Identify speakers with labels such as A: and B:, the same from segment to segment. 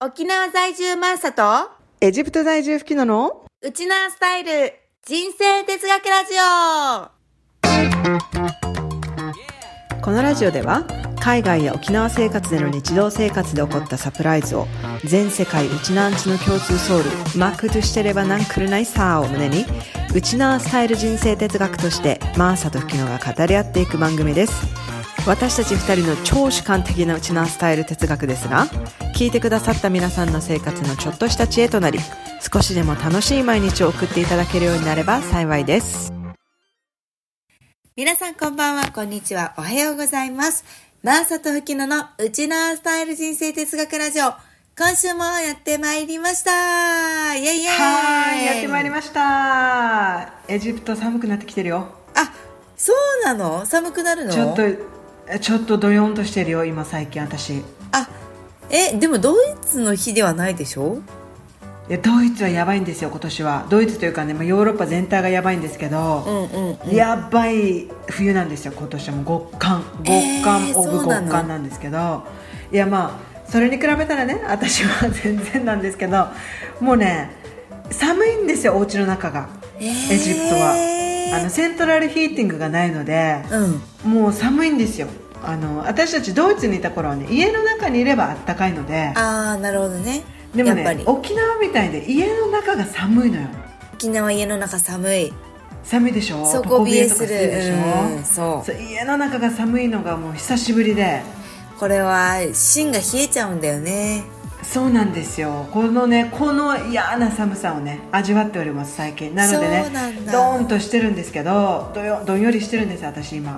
A: 沖縄在住マーサと
B: エジプト在住フキノの
A: ウチナースタイル人生哲学ラジ
B: オ。このラジオでは海外や沖縄生活での日常生活で起こったサプライズを全世界ウチナーンチの共通ソウルマクとしてればなんくるないさーを胸にウチナースタイル人生哲学としてマーサとフキノが語り合っていく番組です。私たち2人の超主観的なウチナースタイル哲学ですが、聞いてくださった皆さんの生活のちょっとした知恵となり、少しでも楽しい毎日を送っていただけるようになれば幸いです。
A: 皆さんこんばんは、こんにちは、おはようございます。マーサとフキノのウチナースタイル人生哲学ラジオ、今週もやってまいりました。イエイイエイ。
B: はい、やってまいりました。エジプト寒くなってきてるよ。
A: あ、そうなの？寒くなるの？
B: ちょっとドヨンとしてるよ今最近私。
A: でもドイツの日ではないでしょ？
B: いやドイツはやばいんですよ今年は。ドイツというかね、ヨーロッパ全体がやばいんですけど、やばい冬なんですよ今年は。もう極寒オブ極寒なんですけど、いやそれに比べたらね私は全然なんですけど、もうね寒いんですよお家の中が。エジプトはセントラルヒーティングがないので、もう寒いんですよ。私たちドイツにいた頃はね家の中にいればあったかいので。
A: なるほどね。
B: でもね沖縄みたいで家の中が寒いのよ。
A: 沖縄家の中寒い
B: でしょ。
A: 底冷えする
B: でしょ、そう家の中が寒いのがもう久しぶりで、
A: これは芯が冷えちゃうんだよね。
B: そうなんですよ。この嫌な寒さをね味わっております最近。なのでねドーンとしてるんですけど、どんよりしてるんです私今。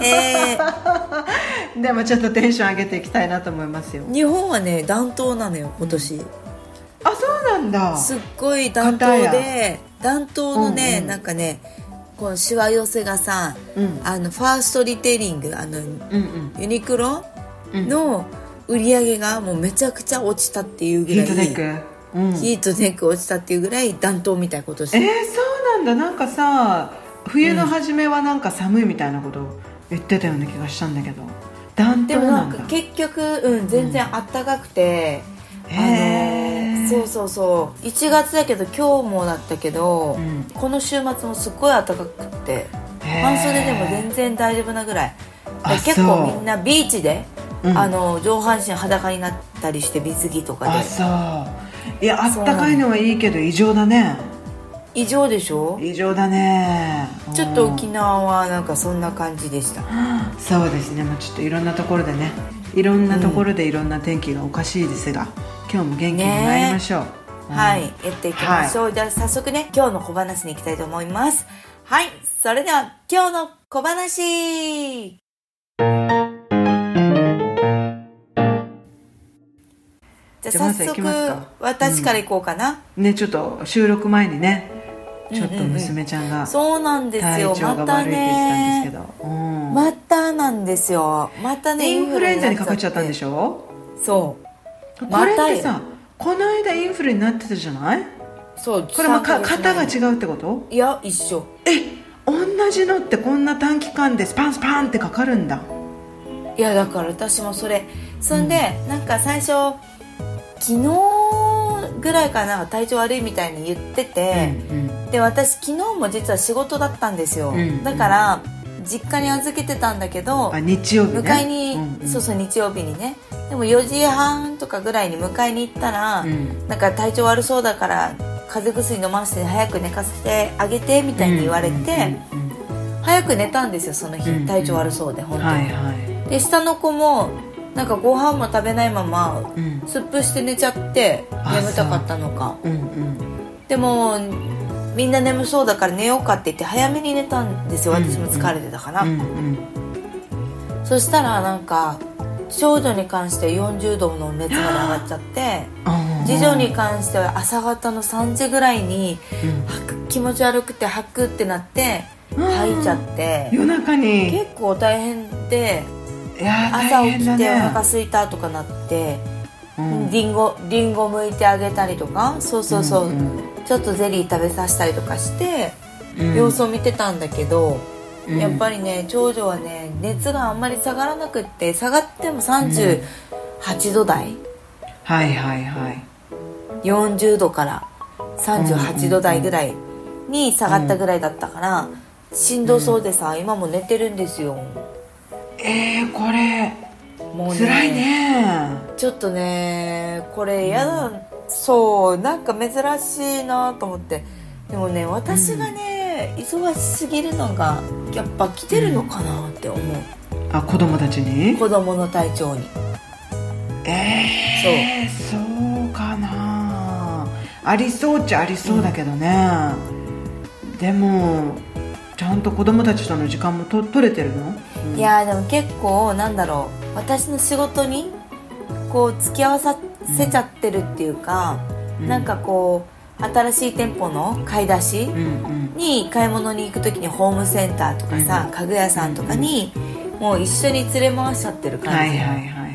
B: でもちょっとテンション上げていきたいなと思いますよ。
A: 日本はね暖冬なのよ今年。
B: そうなんだ。
A: すっごい暖冬で、暖冬のね、なんかねこのしわ寄せがさ、ファーストリテイリングユニクロの売り上げがもうめちゃくちゃ落ちたっていうぐらい、ヒートネック落ちたっていうぐらい暖冬みたい今年。
B: そうなんだ。なんかさ冬の初めはなんか寒いみたいなことを言ってたような気がしたんだけど、暖冬なんだ。でもなんか
A: 結局、全然あったかくて、そう1月だけど今日もだったけど、この週末もすっごい暖かくって半袖でも全然大丈夫なぐらい。結構みんなビーチで上半身裸になったりして水着とかで。
B: いやあったかいのはいいけど異常だね。
A: 異常でしょ？
B: 異常だね。
A: ちょっと沖縄はなんかそんな感じでした。
B: そうですね。ちょっといろんなところでねいろんなところでいろんな天気がおかしいですが、今日も元気に参りましょう。
A: はい、やっていきましょう。じゃあ早速ね今日の小話に行きたいと思います。はい、それでは今日の小話。じゃあ早速私から行こうかな。
B: ちょっと収録前にねちょっと娘ちゃんが
A: そうなんですよ。
B: 体調が悪いって言ってたんですけど、
A: またなんですよ。またね
B: インフルエンザにかかっちゃったんでしょ。
A: そう
B: これってさこの間インフルになってたじゃない。
A: そう
B: これ型が違うってこと？
A: いや一緒。
B: 同じのってこんな短期間でスパンスパンってかかるんだ。
A: いやだから私もそんで、なんか最初昨日ぐらいかな体調悪いみたいに言ってて、で私昨日も実は仕事だったんですよ。だから実家に預けてたんだけど、
B: 日曜日ね、
A: 迎えに、そう日曜日にね。でも4時半とかぐらいに迎えに行ったら、なんか体調悪そうだから風邪薬飲ませて早く寝かせてあげてみたいに言われて、早く寝たんですよその日。体調悪そうで本当に、で下の子もなんかご飯も食べないまま、スップして寝ちゃって眠たかったのか、でもみんな眠そうだから寝ようかって言って早めに寝たんですよ。私も疲れてたから、そしたらなんか長女に関して40度の熱まで上がっちゃって、次女に関しては朝方の3時ぐらいに、気持ち悪くて吐くってなって吐いちゃって、
B: 夜中に
A: 結構大変で、朝起きてお腹空いたとかなって、リンゴ剥いてあげたりとか、ちょっとゼリー食べさせたりとかして、様子を見てたんだけど、やっぱりね長女はね熱があんまり下がらなくって、下がっても38度台、
B: はいはいはい。
A: 40度から38度台ぐらいに下がったぐらいだったから、しんどそうでさ、今も寝てるんですよ。
B: これもうね、辛いね。
A: ちょっとねこれやだ、そうなんか珍しいなと思って。でもね私がね、忙しすぎるのがやっぱ来てるのかなって思う。
B: 子供たちに、
A: 子供の体調に。
B: そうかな。ありそうっちゃありそうだけどね、でもちゃんと子供たちとの時間も取れてるの？
A: いやでも結構なんだろう、私の仕事にこう付き合わさせちゃってるっていうか、なんかこう新しい店舗の買い出しに買い物に行く時にホームセンターとかさ、家具屋さんとかにもう一緒に連れ回しちゃってる感じ。
B: はいはいはいはい。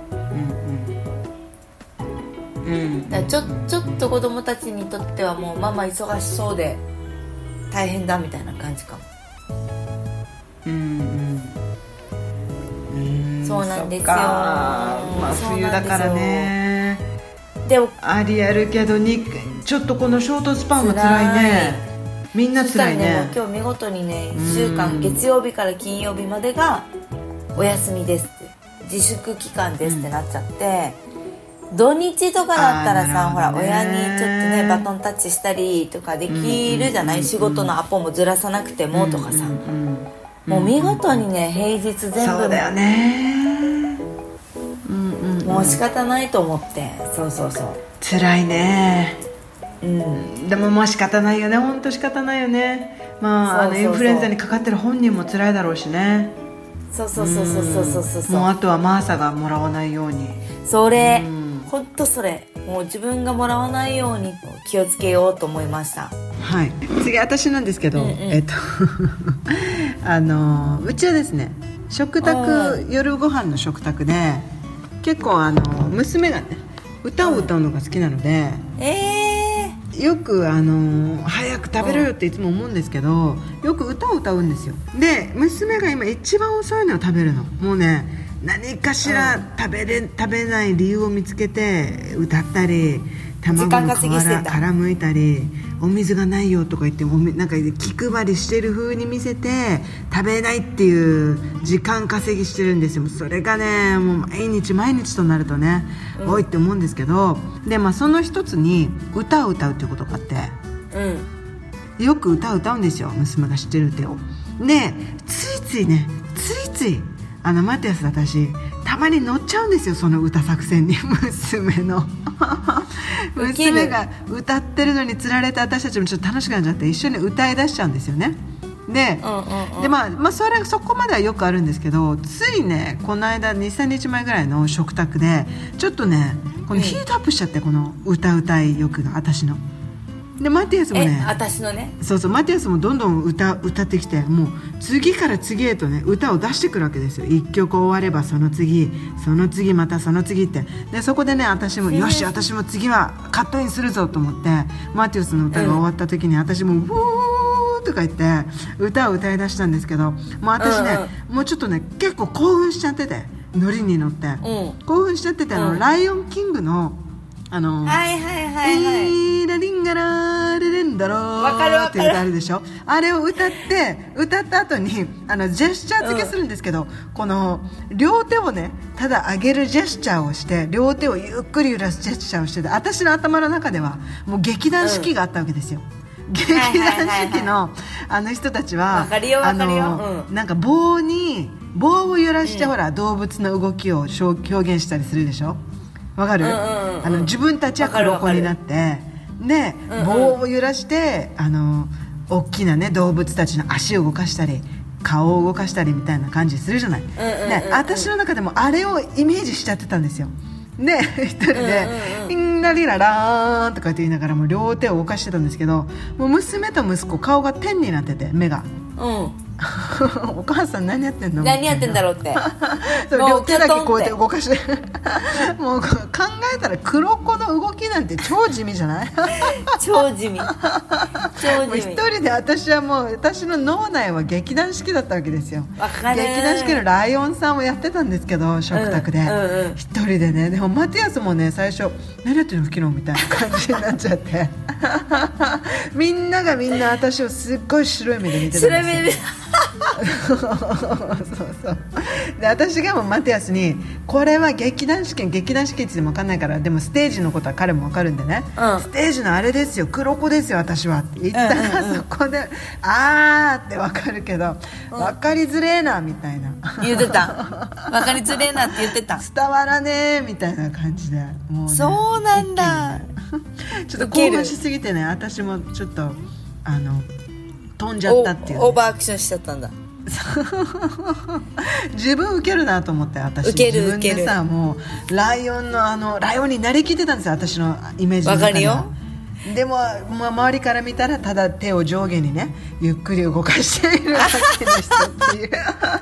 A: だからちょっと子供たちにとってはもうママ忙しそうで大変だみたいな感じかも。そうなんですよ。
B: まあ冬だからね。
A: でも
B: ありあるけどちょっとこのショートスパンは辛いね。みんな辛いね。
A: 今日見事にね1週間月曜日から金曜日までがお休みですって自粛期間ですってなっちゃって、土日とかだったらさ、ほら親にちょっとねバトンタッチしたりとかできるじゃない、仕事のアポもずらさなくてもとかさ、もう見事にね平日全部
B: そうだよね、
A: もう仕方ないと思って。そう
B: 辛いね。でもまあ仕方ないよね、本当仕方ないよね。まあインフルエンザにかかってる本人も辛いだろうしね。もうあとはマーサがもらわないように。
A: それ本当それ、もう自分がもらわないように気をつけようと思いました。
B: はい、次私なんですけど、うちはですね食卓、夜ご飯の食卓で結構娘がね歌を歌うのが好きなので、よく早く食べろよっていつも思うんですけど、よく歌を歌うんですよ。で娘が今一番遅いのを食べるの。もうね何かしら食べない理由を見つけて歌ったり、卵の皮からむいたり、お水がないよとか言ってなんか気配りしてる風に見せて食べないっていう時間稼ぎしてるんですよ。それがねもう毎日となるとね、多いって思うんですけど、でその一つに歌を歌うっていうことがあって、よく歌を歌うんですよ、娘が知ってる歌を。でついついマティアス私たまに乗っちゃうんですよ、その歌作戦に。娘が歌ってるのにつられて私たちもちょっと楽しくなっちゃって一緒に歌い出しちゃうんですよね。でそこまではよくあるんですけど、ついねこの間 2,3 日前ぐらいの食卓でちょっとねこのヒートアップしちゃって、この歌い欲が私の。でマティアスもね、
A: 私のね、
B: マティアスもどんどん歌ってきて、もう次から次へとね歌を出してくるわけですよ。1曲終わればその次またその次って。でそこでね私もよし、私も次はカットインするぞと思って、マティアスの歌が終わった時に私もウォーとか言って歌を歌い出したんですけど、もう私ね、もうちょっとね結構興奮しちゃってて、ノリに乗って、興奮しちゃってて、ライオンキングのラリンガラレレンダローっていう歌あるでしょ。あれを歌った後にジェスチャー付けするんですけど、この両手をねただ上げるジェスチャーをして、両手をゆっくり揺らすジェスチャーをしてて、私の頭の中ではもう劇団四季があったわけですよ。劇団四季の人たちはなんか棒を揺らして、ほら動物の動きを表現したりするでしょ。わかる？自分たちは黒子になって、で棒を揺らして大きなね動物たちの足を動かしたり顔を動かしたりみたいな感じするじゃない。私の中でもあれをイメージしちゃってたんですよ。で一人で「みんなリララーン」とかって言いながらも両手を動かしてたんですけど、もう娘と息子顔が天になってて、目がお母さん何やってんの、
A: 何やってんだろうって
B: 両手だけこうやって動かしてもう考えたら黒子の動きなんて超地味じゃない
A: 超地味
B: 一人で私はもう私の脳内は劇団四季だったわけですよ。劇団四季のライオンさんをやってたんですけど食卓で、一人でね。でもマティアスもね最初何やってるの昨日みたいな感じになっちゃってみんな私をすっごい白い目で見てたんですよ。白い目でそうで私がもうマティアスにこれは劇団四季って言っても分かんないから、でもステージのことは彼も分かるんでね、ステージのあれですよ黒子ですよ私はって言ったら、そこであーって分かるけど、分かりづれーなみたいな
A: 言ってた分かりづれーなって言ってた
B: 伝わらねーみたいな感じでもう、ね、
A: そうなんだ
B: ちょっと興奮しすぎてね私もちょっと飛んじゃったっていう、ね、
A: オーバーアクションしちゃったんだ
B: 自分ウケるなと思って私自分でさもうライオンになりきってたんですよ私のイメージの中では。わかるよ。でも、周りから見たらただ手を上下にねゆっくり動かしているだけの人っていうでも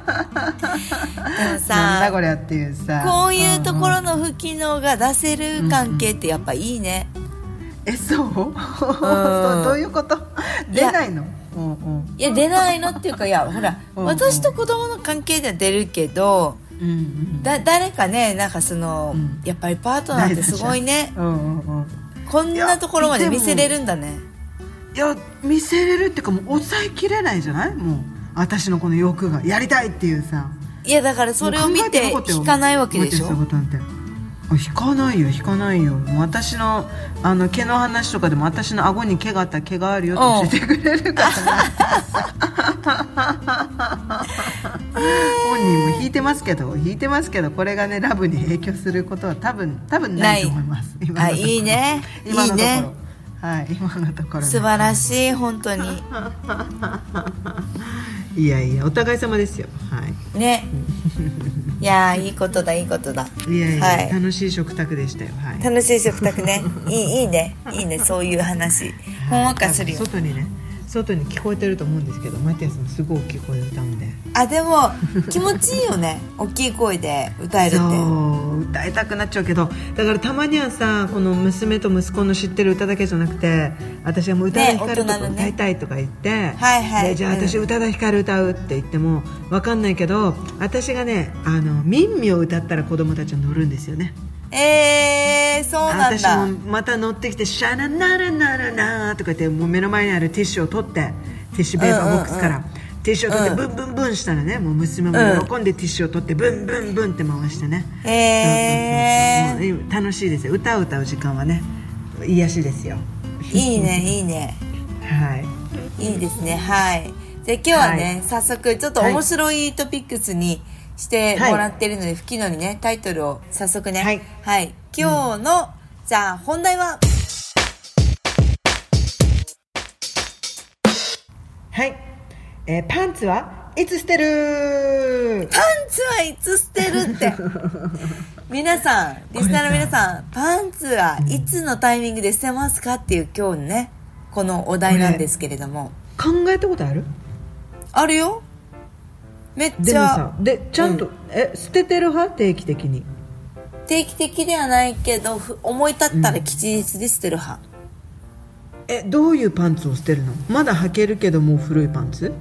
B: さなんだこりゃっていうさ
A: こういうところの不機能が出せる関係ってやっぱいいね、
B: そうどういうこと出ないの？
A: いや出ないのっていうか、いやほら私と子供の関係では出るけど、誰かねなんかやっぱりパートナーってすごいね、こんなところまで見せれるんだね。
B: いや見せれるっていうかもう抑えきれないじゃない、もう私のこの欲がやりたいっていうさ。
A: いやだからそれを見て引かないわけでしょ。
B: 引かないよ。もう私の毛の話とかでも私の顎に毛があったら毛があるよって教えてくれるから本人も引いてますけどこれがねラブに影響することは多分ないと思います。
A: いいね
B: 今のところ、はい、今のところ、ね、
A: 素晴らしい本当に
B: いやお互い様ですよ。はい
A: ねいやいいことだ。いや、
B: はい、楽しい食卓でしたよ。はい、
A: 楽しい食卓ねいいねそういう話ほんわかするよ。
B: 外に聞こえてると思うんですけどマティアスもすごい大きい声で歌うんで、
A: でも気持ちいいよね大きい声で歌えるって。
B: そう歌いたくなっちゃうけど、だからたまにはさこの娘と息子の知ってる歌だけじゃなくて私はもう宇多田ヒカルとか歌いたいとか言って、でじゃあ私宇多田ヒカル歌うって言っても分かんないけど、私がねミンミを歌ったら子供たちは乗るんですよね。
A: そうなんだ。
B: 私もまた乗ってきてシャナナラナラナとか言ってもう目の前にあるティッシュを取ってティッシュペーパーボックスからティッシュを取ってブンブンブンしたらねもう娘も喜んでティッシュを取ってブンブンブンって回してね、もう楽しいですよ。歌を歌う時間はね癒しですよ。
A: いいねはいいいですね。はいじゃあ今日はね、早速ちょっと面白いトピックスにしてもらってるので、不機能にねタイトルを早速ねはい今日の、じゃあ本題は
B: はい、パンツはいつ捨てる？
A: パンツはいつ捨てるって皆さんリスナーの皆さんパンツはいつのタイミングで捨てますかっていう今日のねこのお題なんですけれども、
B: 考えたことある？
A: あるよめっちゃ。
B: でもさでちゃんと、捨ててる派？定期的に？
A: 定期的ではないけど思い立ったら吉日で捨てる派。
B: どういうパンツを捨てるの？まだ履けるけどもう古いパンツ？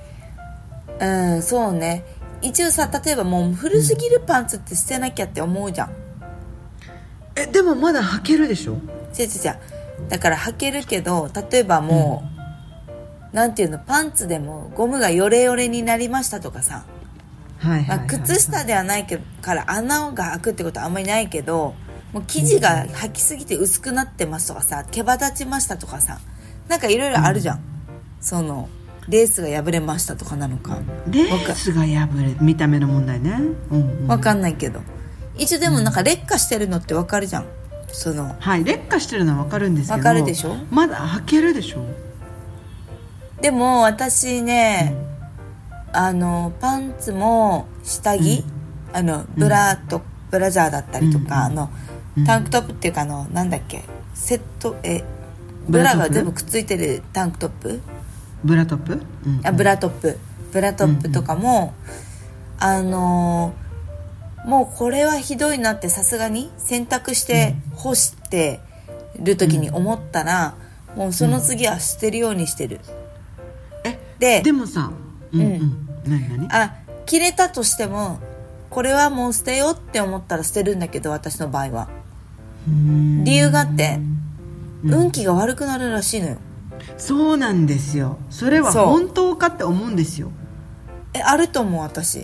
A: そうね。一応さ例えばもう古すぎるパンツって捨てなきゃって思うじゃん。
B: でもまだ履けるでしょ？
A: 違うだから履けるけど例えばもう、なんていうのパンツでもゴムがヨレヨレになりましたとかさ、靴下ではないから穴が開くってことはあんまりないけどもう生地が履きすぎて薄くなってますとかさ毛羽立ちましたとかさなんかいろいろあるじゃん、そのレースが破れましたとかなのか
B: レースが破れ見た目の問題ね、
A: 分かんないけど一応でもなんか劣化してるのって分かるじゃん。
B: 劣化してるのは分かるんですけど
A: 分かるでしょ。
B: まだ履けるでしょ。
A: でも私ね、パンツも下着、ブラジャーだったりとか、タンクトップっていうかなんだっけセットブラが全部くっついてるタンクトップ
B: ブラトップ、
A: ブラトップブラトップとかも、もうこれはひどいなってさすがに洗濯して干してる時に思ったら、もうその次は捨てるようにしてる。
B: でもさ、何
A: 切れたとしてもこれはもう捨てようって思ったら捨てるんだけど、私の場合は理由があって、運気が悪くなるらしいのよ。
B: そうなんですよ。それは本当かって思うんですよ。
A: あると思う私。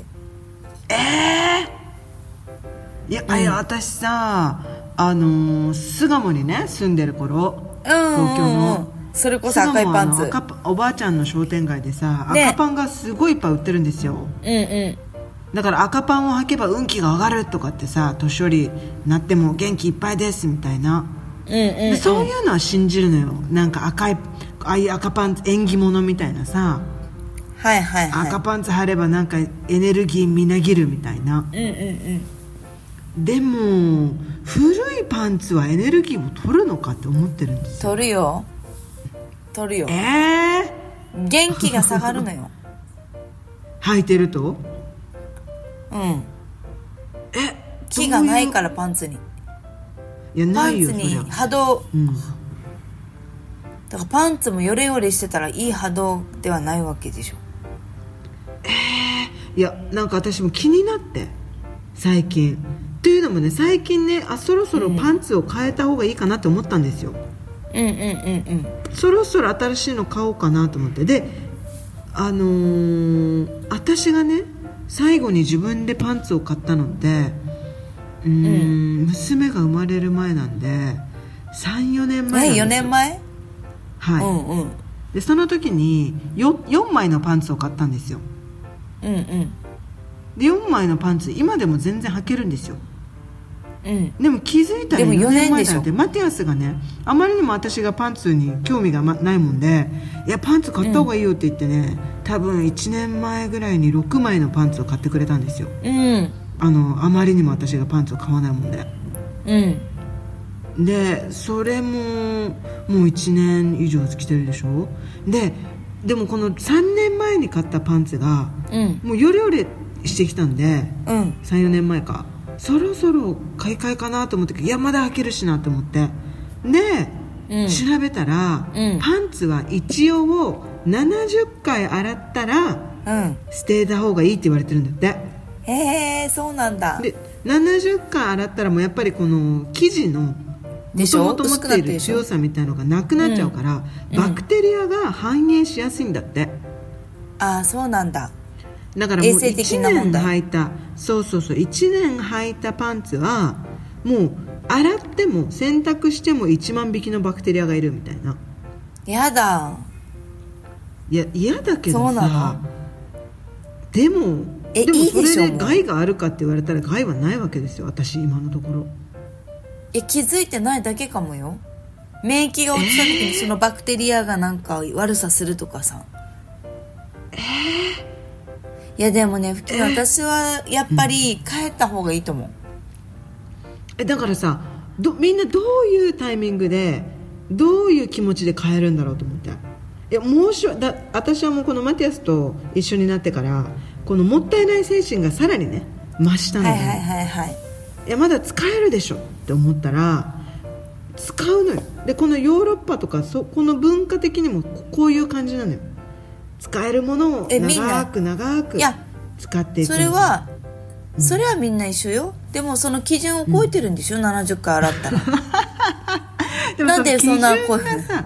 B: いや、私さ、巣鴨にね住んでる頃、東京の
A: それこそ赤いパンツ、
B: おばあちゃんの商店街でさ、赤パンがすごいいっぱい売ってるんですよ。だから赤パンを履けば運気が上がるとかってさ、年寄りになっても元気いっぱいですみたいな、でそういうのは信じるのよ。なんかああいう赤パンツ縁起物みたいなさ、赤パンツ履ればなんかエネルギーみなぎるみたいな、でも古いパンツはエネルギーを取るのかって思ってるんですよ。
A: 取るよ元気が下がるのよ
B: 履いてると。
A: 気がないからパンツに。
B: いやないよ、
A: パンツに波動、だからパンツもヨレヨレしてたらいい波動ではないわけでしょ。
B: いやなんか私も気になって最近。というのもね、最近ね、そろそろパンツを変えた方がいいかなって思ったんですよ。そろそろ新しいの買おうかなと思って。で私がね最後に自分でパンツを買ったのって娘が生まれる前なんで 3,4 年前なんですよ。
A: 4年前。
B: でその時に 4枚のパンツを買ったんですよ。で4枚のパンツ今でも全然履けるんですよ。でも気づいたら4年前なんで、マティアスがね、あまりにも私がパンツに興味がないもんで、いやパンツ買った方がいいよって言ってね、多分1年前ぐらいに6枚のパンツを買ってくれたんですよ。あまりにも私がパンツを買わないもんで。でそれももう1年以上着てるでしょ。でもこの3年前に買ったパンツが、もうヨレヨレしてきたんで、3,4 年前か、そろそろ買い替えかなと思って、いやまだ履けるしなと思って、で、調べたら、パンツは一応70回洗ったら、捨てた方がいいって言われてるんだって。
A: そうなんだ。
B: で70回洗ったらもうやっぱりこの生地のもともと持っている強さみたいなのがなくなっちゃうから、バクテリアが繁栄しやすいんだって。
A: そうなんだ。
B: だからもう1年履いた1年履いたパンツはもう洗っても洗濯しても1万匹のバクテリアがいるみたいな。
A: やだ。
B: いや嫌だけどさ。
A: そうなの。
B: でもそれで害があるかって言われたら害はないわけですよ、私今のところ。
A: 気づいてないだけかもよ。免疫が落ちた時にそのバクテリアがなんか悪さするとかさ。いやでもね、私はやっぱり帰った方がいいと思
B: う。だからさ、みんなどういうタイミングでどういう気持ちで帰るんだろうと思って。私はもうこのマティアスと一緒になってからこのもったいない精神がさらにね増したので、いやまだ使えるでしょって思ったら使うのよ。でこのヨーロッパとかこの文化的にもこういう感じなのよ。使えるものを長く使っていく。
A: それはみんな一緒よ。でもその基準を超えてるんでしょ、70回洗ったら。なんでそんなこう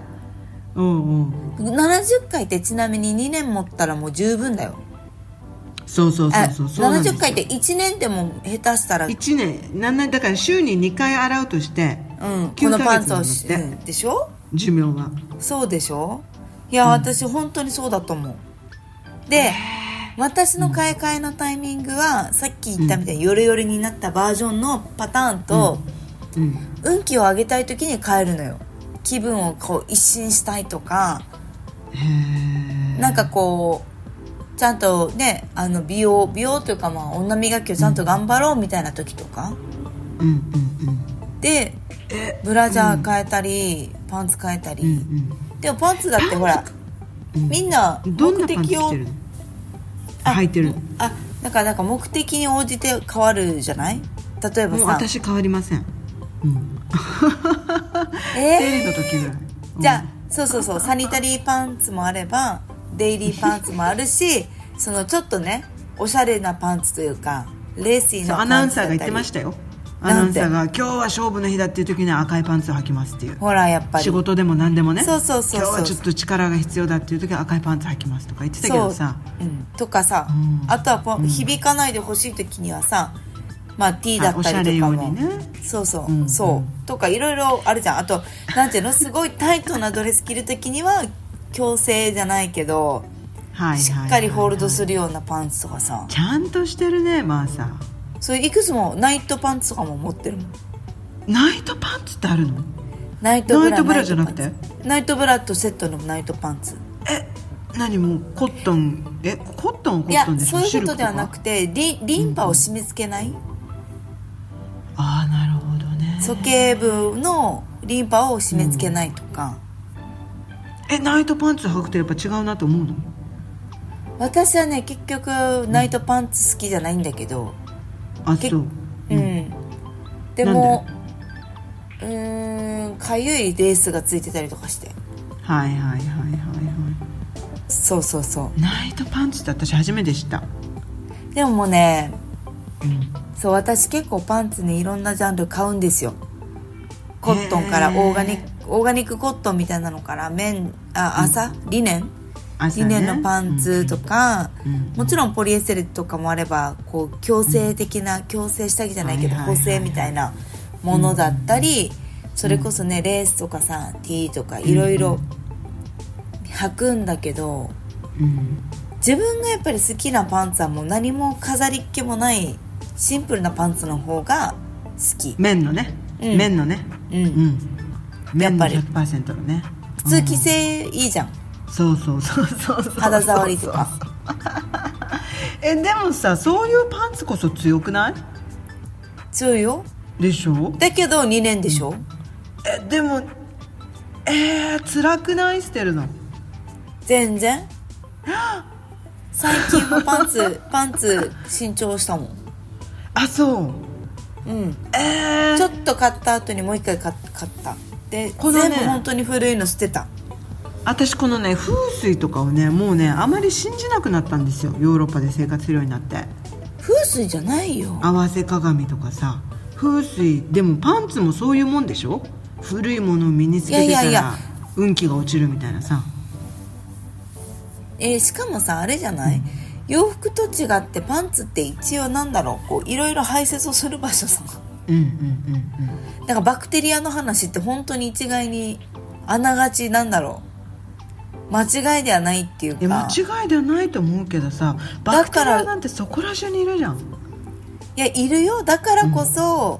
A: 70回ってちなみに2年持ったらもう十分だよ。70回って1年でも下手したら
B: 1年だから週に2回洗うとして、
A: このパンツをでしょ、
B: 寿命は。
A: そうでしょ。いや、私本当にそうだと思う。で、私の買い替えのタイミングはさっき言ったみたいにヨレヨレになったバージョンのパターンと、運気を上げたい時に変えるのよ。気分をこう一新したいとか、なんかこうちゃんとね、美容というか、女磨きをちゃんと頑張ろうみたいな時とか、でブラジャー変えたり、パンツ変えたり、でもパンツだってほら、みんな目的を
B: 履いてる。
A: だからなんか目的に応じて変わるじゃない。例えばさ、
B: もう私変わりません、生理の時ぐらい、
A: じゃあそうサニタリーパンツもあればデイリーパンツもあるしそのちょっとねおしゃれなパンツというかレーシーなパンツだったり。
B: アナウンサーが言ってましたよ。アナウンサーが今日は勝負の日だっていう時には赤いパンツを履きますっていう。
A: ほらやっぱり
B: 仕事でも何でもね、
A: そう
B: 今日はちょっと力が必要だっていう時は赤いパンツ履きますとか言ってたけどさ、
A: とかさ、あとは響かないでほしい時にはさ、まあ T だったりとかも、
B: おしゃれようにね、
A: そうとかいろいろあるじゃん。あとなんていうの、すごいタイトなドレス着る時には矯正じゃないけど、しっかりホールドするようなパンツとかさ、
B: ちゃんとしてるねマーサ。
A: そういういくつもナイトパンツとかも持ってるもん。
B: ナイトパンツってあるの？
A: ナイトブラ
B: じゃなくて
A: ナイトブラとセットのナイトパンツ。
B: 何もうコットンコットンでしょ。
A: いやそういうことではなくてリンパを締め付けない、
B: ああなるほどね。
A: 鼠径部のリンパを締め付けないとか、
B: ナイトパンツ履くとやっぱ違うなと思うの？
A: 私はね結局ナイトパンツ好きじゃないんだけど、
B: そう
A: でもかゆいレースがついてたりとかして、そう
B: ナイトパンツって私初めて知った。
A: でももうね、そう私結構パンツねいろんなジャンル買うんですよ。コットンからオーガニックコットンみたいなのからリネンのパンツとか、もちろんポリエステルとかもあればこう矯正的な矯正下着じゃないけど補正みたいなものだったり、それこそねレースとかさ T とかいろいろ履くんだけど、自分がやっぱり好きなパンツはもう何も飾りっ気もないシンプルなパンツの方が好き。
B: 綿のね、綿のね、綿の 100% のね、
A: 普通着せいいじゃん。
B: そう
A: 肌触りとか
B: でもさ、そういうパンツこそ強くない？
A: 強いよ。
B: でしょ？
A: だけど2年でしょ？
B: でも辛くない？捨てるの？
A: 全然最近もパンツ新調したもん。
B: そう
A: ちょっと買った後にもう一回買ったで、全部本当に古いの捨てた。
B: 私このね風水とかをねもうねあまり信じなくなったんですよ。ヨーロッパで生活するようになって。
A: 風水じゃないよ。
B: 合わせ鏡とかさ、風水でもパンツもそういうもんでしょ。古いものを身につけてたら運気が落ちるみたいなさ。しかもさあれじゃない、洋服と違ってパンツって一応なんだろう、こういろいろ排泄をする場所さ。だからバクテリアの話って本当に一概にあながちなんだろう、間違いではないっていうか。 間違いではないと思うけどさ、バクテリアなんてそこら中にいるじゃん。
A: いやいるよ。だからこそ、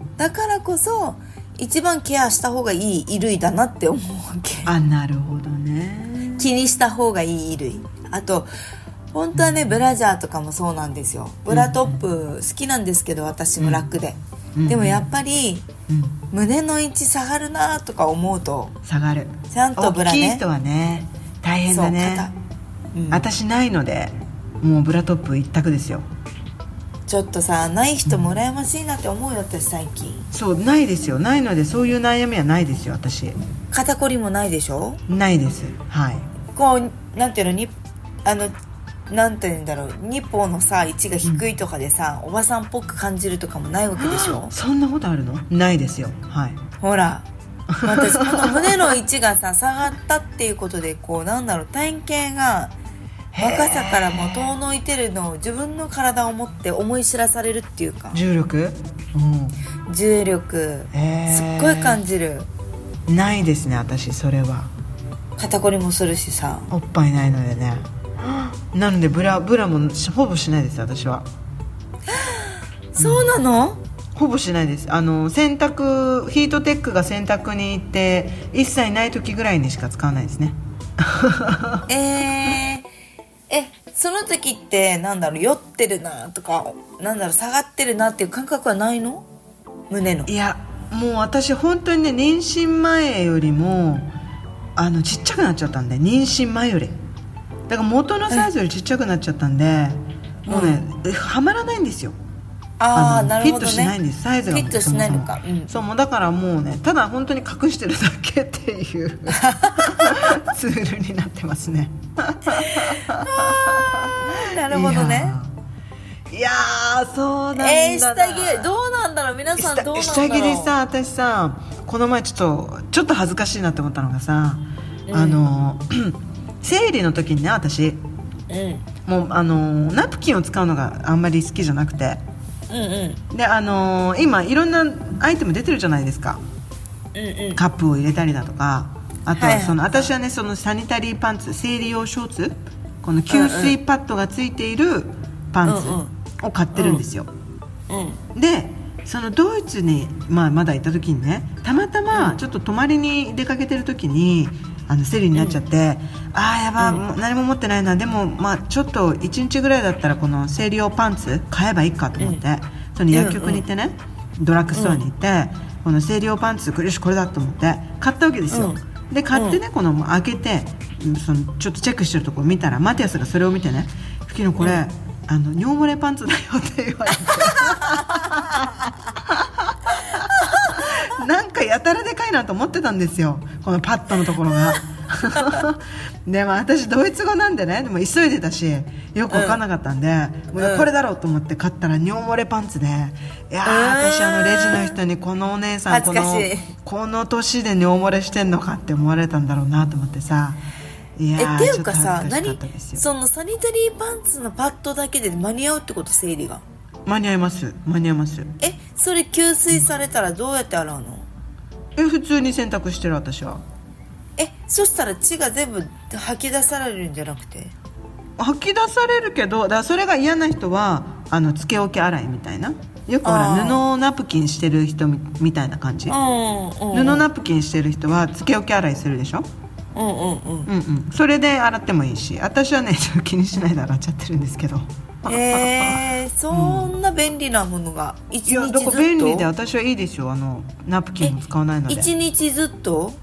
A: 一番ケアした方がいい衣類だなって思うわけ。
B: なるほどね。気
A: にした方がいい衣類。あと本当はねブラジャーとかもそうなんですよ。ブラトップ好きなんですけど私も楽で、でもやっぱり、胸の位置下がるなとか思うと、
B: 下がる。
A: ちゃんとブラね、
B: 大きい人はね大変だね。私ないのでもうブラトップ一択ですよ。
A: ちょっとさない人も羨ましいなって思うよ私最近。
B: そうないですよ。ないのでそういう悩みはないですよ私。
A: 肩こりもないでしょ？
B: ないです。
A: こうなんていうのなんていうんだろう、ニポのさ位置が低いとかでさ、おばさんっぽく感じるとかもないわけでしょ？
B: そんなことあるの？ないですよ。
A: ほら私この胸の位置がさ下がったっていうことでこうなんだろう、体型が若さからも遠のいてるのを自分の体を持って思い知らされるっていうか、
B: 重力、
A: 重力、すっごい感じる。
B: ないですね私それは。
A: 肩こりもするしさ、
B: おっぱいないのでね。なのでブラもほぼしないです私は。
A: そうなの？
B: ほぼしないです。洗濯ヒートテックが洗濯に行って一切ない時ぐらいにしか使わないですね。
A: その時ってなんだろう、酔ってるなとかなんだろう、下がってるなっていう感覚はないの？胸の。
B: いやもう私本当にね妊娠前よりもちっちゃくなっちゃったんで、妊娠前よりだから元のサイズよりちっちゃくなっちゃったんで、もうね、はまらないんですよ。
A: なるほどね。
B: フィットしないんです、サイズが。
A: フィットしないのか。
B: そうもうだからもうね、ただ本当に隠してるだけっていうツールになってますね。
A: なるほどね。
B: いやそうなんだな。
A: 下着どうなんだろう、皆さんどうなんだろう。
B: 下着でさ、私さ、この前ちょっと恥ずかしいなって思ったのがさ、生理の時にね、私、もうナプキンを使うのがあんまり好きじゃなくて、で今いろんなアイテム出てるじゃないですか、カップを入れたりだとか、あとは私はね、そのサニタリーパンツ、生理用ショーツ、この吸水パッドがついているパンツを買ってるんですよ。でそのドイツに、まだ行った時にね、たまたまちょっと泊まりに出かけてる時に生理になっちゃって、やば、何も持ってないな、でもちょっと1日ぐらいだったらこの生理用パンツ買えばいいかと思って、その薬局に行ってね、ドラッグストアに行って、この生理用パンツ、よしこれだと思って買ったわけですよ。で買ってね、この開けてちょっとチェックしてるところ見たら、マティアスがそれを見てね、ふきのこれ、尿漏れパンツだよって言われてなんかやたらでかいなと思ってたんですよ、このパッドのところがでも私ドイツ語なんでね、でも急いでたしよく分かんなかったんで、もうこれだろうと思って買ったら尿漏れパンツで、いや私レジの人に、このお姉さんこの年で尿漏れしてんのかって思われたんだろうなと思ってさ。って
A: いうかさ、そのサニタリーパンツのパッドだけで間に合うってこと？生理が
B: 間に合います。
A: それ吸水されたらどうやって洗うの？
B: 普通に洗濯してる、私は。
A: そしたら血が全部吐き出されるんじゃなくて？
B: 吐き出されるけど、だからそれが嫌な人はつけ置き洗いみたいな、よくほら布ナプキンしてる人 みたいな感じ、布ナプキンしてる人はつけ置き洗いするでしょ。それで洗ってもいいし、私はねちょっと気にしないで洗っちゃってるんですけど。
A: そんな便利なものが1日ずっと？いや、
B: だから便利で私はいいですよ、ナプキンも使わないので。
A: 1日ずっと？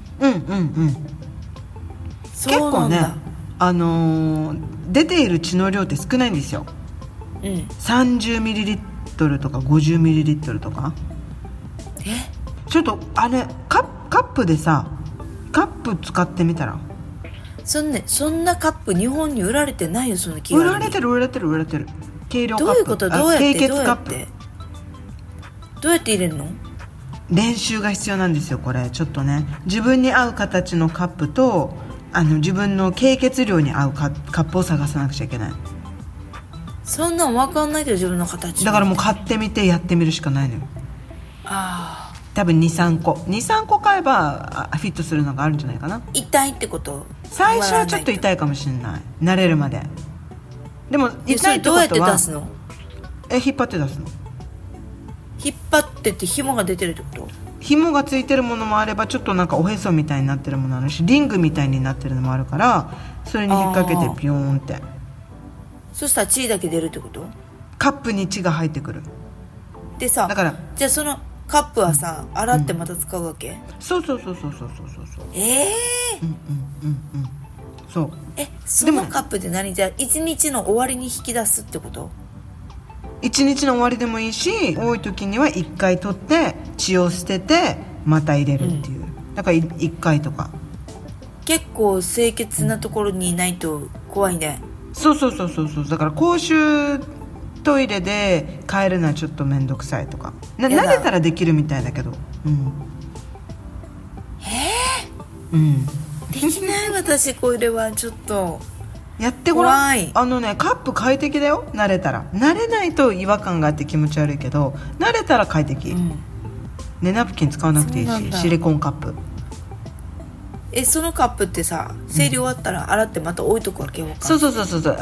B: 結構ね、出ている血の量って少ないんですよ。30ml とか 50ml とか。ちょっとカップでさ、カップ使ってみたら。
A: そんなカップ日本に売られてないよ、その気が。
B: 売られてる軽量カップ。
A: どういうこと？
B: 低血カップ。
A: どうやって入れるの？
B: 練習が必要なんですよ、これ。ちょっとね、自分に合う形のカップと自分の経血量に合うカップを探さなくちゃいけない。
A: そんなん分かんないけど、自分の形
B: だからもう買ってみてやってみるしかないのよ。多分 2,3 個買えばフィットするのがあるんじゃないかな。
A: 痛いってこと？
B: 最初はちょっと痛いかもしれない、慣れるまで。でも痛いってことは、
A: それどうやって出すの？
B: 引っ張って出すの。
A: 引っ張ってって紐が出てるってこと？
B: 紐がついてるものもあれば、ちょっとなんかおへそみたいになってるものもあるし、リングみたいになってるのもあるから、それに引っ掛けてピヨーンって。
A: そしたら血だけ出るってこと？
B: カップに血が入ってくる。
A: でさ、
B: だから
A: じゃあそのカップはさ、洗ってまた使うわけ？
B: そうそう。そう。
A: そのカップで何？じゃあ1日の終わりに引き出すってこと？
B: 1日の終わりでもいいし、多い時には1回取って血を捨ててまた入れるっていう、だから1回とか。
A: 結構清潔なところにいないと怖いね。
B: そう。だから公衆トイレで変えるのはちょっと面倒くさいとか、慣れたらできるみたいだけど。
A: できない私、これはちょっと
B: やってごらん。カップ快適だよ、慣れたら。慣れないと違和感があって気持ち悪いけど、慣れたら快適。ナプキン使わなくていいし、シリコンカップ。
A: そのカップってさ、生理終わったら洗ってまた置いとくわけよ。
B: そう。煮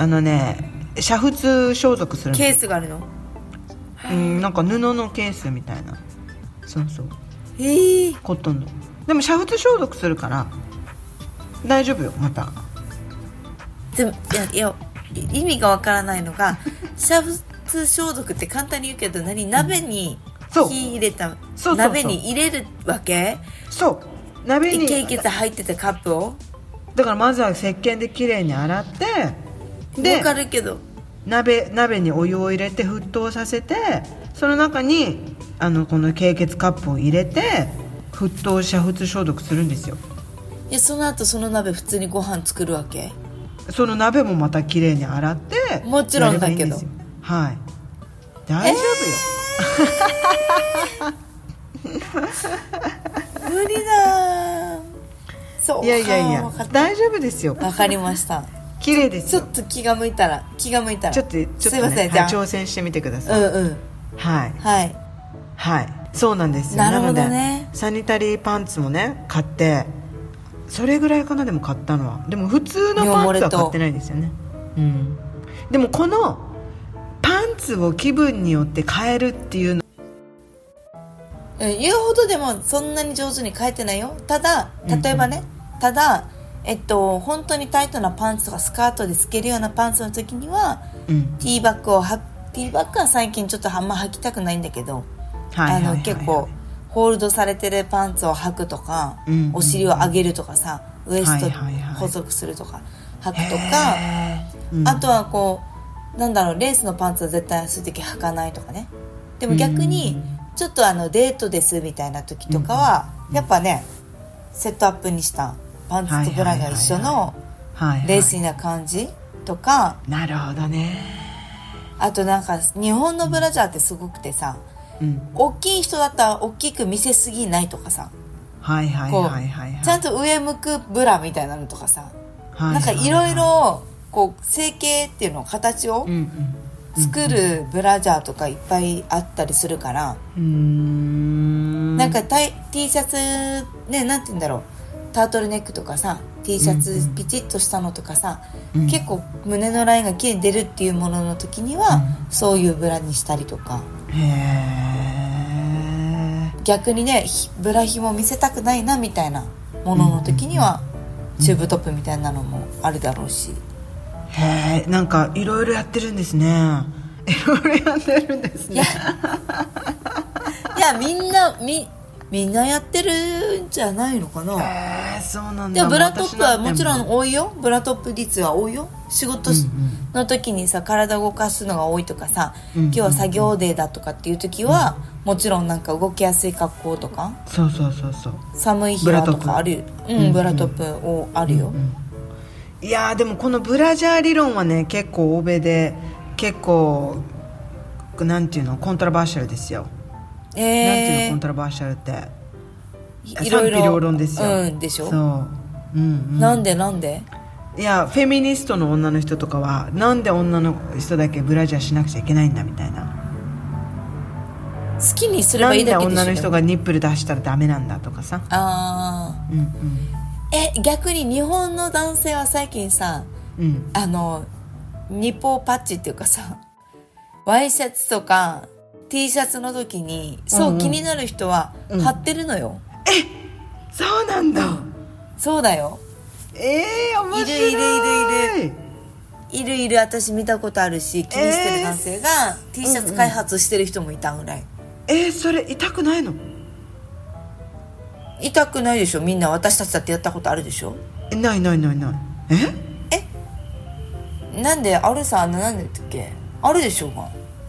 B: 沸消毒するの。
A: ケースがあるの？
B: なんか布のケースみたいな。そう。コットンの。でも煮沸消毒するから大丈夫よ、また。
A: でもいや意味がわからないのが、煮沸消毒って簡単に言うけど、鍋に火入れた、鍋に入れるわけ？
B: そう、鍋に
A: 経血入ってたカップを。
B: だからまずは石鹸できれいに洗ってで
A: わかるけど
B: 鍋にお湯を入れて沸騰させてその中にこの経血カップを入れて沸騰煮沸消毒するんですよ。
A: いやその後その鍋普通にご飯作るわけ？
B: その鍋もまたきれいに洗って
A: もちろんだけど
B: はい、大丈夫よ、
A: 無理だそうか。
B: いや大丈夫ですよ。
A: わかりました。
B: 綺麗ですよ。
A: ちょっと気が向いたら
B: ちょっとね、
A: すいません、じゃあ
B: 挑戦してみてください。はいそうなんですよ。
A: なるほどね。
B: なのでサニタリーパンツもね買ってそれぐらいかな。でも買ったのはでも普通のパンツは買ってないですよね。でもこのパンツを気分によって変えるっていうの
A: 言うほどでもそんなに上手に変えてないよ。ただ例えばね、本当にタイトなパンツとかスカートで透けるようなパンツの時には、ティーバッグは最近ちょっとあんま履きたくないんだけど、結構ホールドされてるパンツを履くとか、お尻を上げるとかさ、ウエスト細くするとか履くとか、あとはこうレースのパンツは絶対そういう時履かないとかね。でも逆にちょっとデートですみたいな時とかは、やっぱねセットアップにしたパンツとブラが一緒のレーシーな感じとか。
B: なるほどね。
A: あと日本のブラジャーってすごくてさ、大きい人だったら大きく見せすぎないとかさ、ちゃんと上向くブラみたいなのとかさ、いろいろ成形っていうの形を作るブラジャーとかいっぱいあったりするから、T シャツね、なんて言うんだろう、タートルネックとかさ T シャツピチッとしたのとかさ、結構胸のラインがきれいに出るっていうものの時には、そういうブラにしたりとか。逆にねブラ紐見せたくないなみたいなものの時には、チューブトップみたいなのもあるだろうし。
B: いろいろやってるんですね。いろいろやってるんですね。
A: いやみんなやってるんじゃないのかな。
B: そうなんだ。
A: でもブラトップはもちろん多いよ。ブラトップ率は多いよ。仕事の時にさ、体を動かすのが多いとかさ、今日は作業デーだとかっていう時は、もちろん動きやすい格好とか、
B: そう
A: 寒い日はとかある。ブラトップをあるよ。
B: いやでもこのブラジャー理論はね結構欧米で結構なんていうのコントラバーシャルですよ。なんていうのコントラバーシャルって
A: いろいろ
B: 賛否両論ですよ。
A: でしょ。
B: そう、
A: なんで
B: いやフェミニストの女の人とかはなんで女の人だけブラジャーしなくちゃいけないんだみたいな。
A: 好きにすればいいだけでしょ。
B: なんで女の人がニップル出したらダメなんだとかさ。
A: 逆に日本の男性は最近さ、ニッポーパッチっていうかさ、ワイシャツとか T シャツの時に気になる人は貼ってるのよ。
B: そうなんだ。
A: そうだよ。
B: 面白い。
A: いる私見たことあるし、気にしてる男性が T シャツ開発してる人もいたぐらい。
B: それ痛くないの？
A: 痛くないでしょ。みんな私たちだってやったことあるでしょ。
B: ない。
A: なんであるさ、なんでだっけ、あるでしょうが。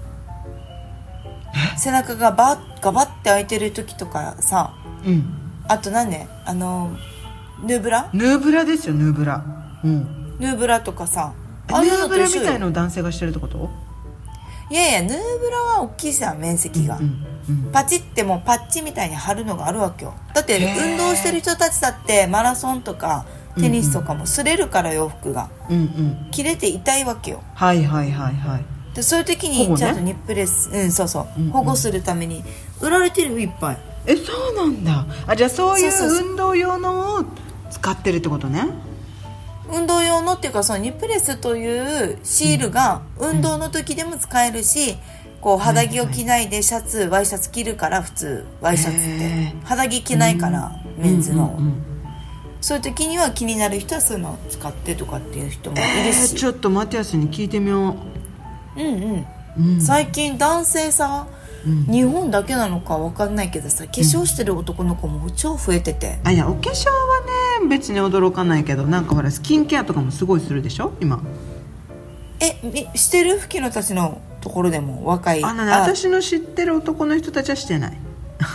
A: 背中がガバって開いてる時とかさ、あとヌーブラ
B: ですよ。ヌーブラ、
A: ヌーブラとかさ、
B: ヌーブラみたいのを男性がしてるってこと？
A: いやヌーブラは大きいさ、面積が、パチってもパッチみたいに貼るのがあるわけよ。だって運動してる人たちだってマラソンとかテニスとかも擦れるから、洋服が、切れて痛いわけよ。でそういう時にちゃんとニップレス、保護するために売られてるよ、いっぱい。
B: そうなんだ。じゃあそういう運動用のを使ってるってことね。
A: 運動用のっていうか、そのニップレスというシールが運動の時でも使えるし、肌着を着ないでワイシャツ着るから、普通ワイシャツって肌着着ないから、メンズの、そういう時には気になる人はそういうのを使ってとかっていう人もいるし、
B: ちょっとマティアスに聞いてみよう。
A: 最近男性さ、日本だけなのか分かんないけどさ、化粧してる男の子も超増えてて。
B: いやお化粧はねん別に驚かないけど、なんかほらスキンケアとかもすごいするでしょ今。
A: してる吹きのたちのところでも若い。
B: 私の知ってる男の人たちはしてない。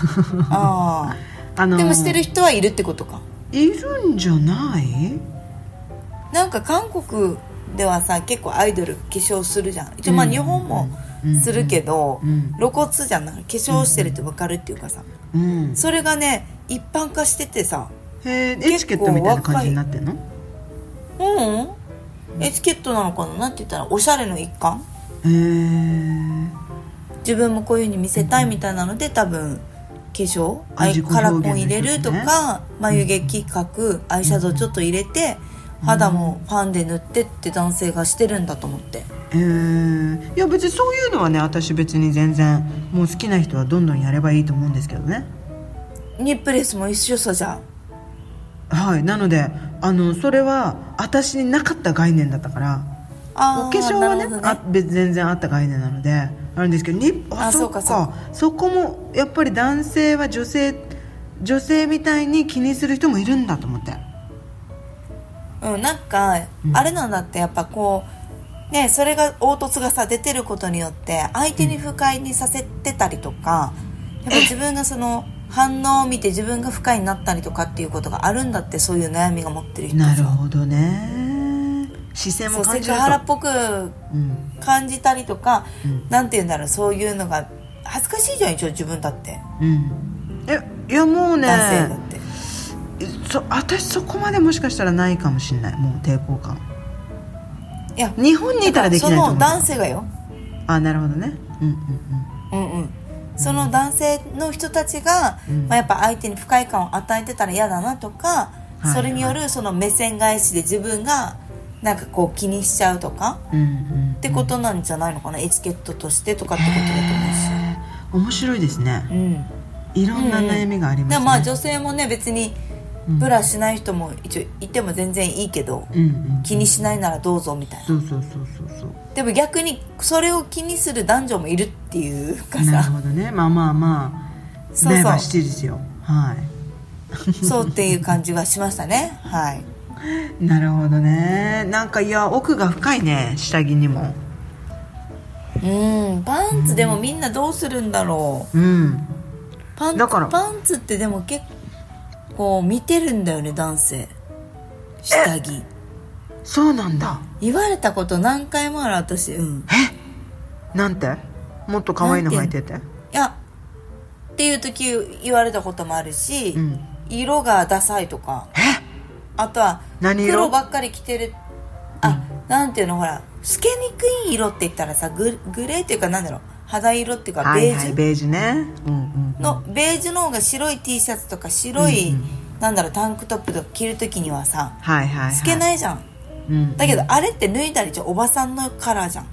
A: でもしてる人はいるってことか。
B: いるんじゃない？
A: なんか韓国ではさ、結構アイドル化粧するじゃん。一応まあ日本もするけど、露骨じゃん。なんか化粧してるって分かるっていうかさ、それがね一般化しててさ。
B: エチケットみたいな感じになってんの？
A: エチケットなのかな、なんて言ったらおしゃれの一環。自分もこういう風に見せたいみたいなので、多分化粧カラコン入れるとか、眉毛描く、アイシャドウちょっと入れて、肌もファンで塗ってって男性がしてるんだと思って。
B: いや別にそういうのはね、私別に全然もう好きな人はどんどんやればいいと思うんですけどね。
A: ニップレスも一緒さじゃん。
B: はい、なのでそれは私になかった概念だったから、お化粧は ね全然あった概念なのであるんですけど、そうか、そこもやっぱり男性は女性みたいに気にする人もいるんだと思って。
A: なんか、あれなんだって、やっぱこうね、それが凹凸がさ出てることによって相手に不快にさせてたりとか、やっぱ自分がその反応を見て自分が不快になったりとかっていうことがあるんだって。そういう悩みが持ってる人。
B: なるほどね。視線も感じると、
A: セクハラっぽく感じたりとか、なんていうんだろう、そういうのが恥ずかしいじゃん、一応自分だって。
B: いやもうね、
A: 男性だって。
B: 私そこまでもしかしたらないかもしれない。もう抵抗感。
A: いや
B: 日本にいたらできないと思う。
A: その男性がよ。
B: なるほどね。
A: その男性の人たちが、やっぱ相手に不快感を与えてたら嫌だなとか、それによるその目線返しで自分がなんかこう気にしちゃうとか、ってことなんじゃないのかな。エチケットとしてとかってことだと思うし。
B: 面白いですね。いろんな悩みがありますね。
A: でもまあ女性もね、別にブラしない人も一応いても全然いいけど、気にしないならどうぞみたいな。
B: そう
A: でも逆にそれを気にする男女もいるっていうかさ。
B: なるほどね。まあ例は七ですよ。
A: そうっていう感じはしましたね。
B: なるほどね。なんか奥が深いね、下着にも。
A: パンツでもみんなどうするんだろう。パンツってでも結構見てるんだよね、男性。下着。
B: そうなんだ。
A: 言われたこと何回もある、私。
B: なんて？もっと可愛いの履いてて。
A: いやっていう時言われたこともあるし、色がダサいとか。あとは黒ばっかり着てる。なんていうの、ほら透けにくい色って言ったらさ、グレーっていうか、なんだろう、肌色っていうかベージュ、
B: ベージュね。
A: ベージュの方が白い T シャツとか白い、なんだろう、タンクトップとか着るときにはさ、透けないじゃん。だけどあれって脱いだりおばさんのカラーじゃん。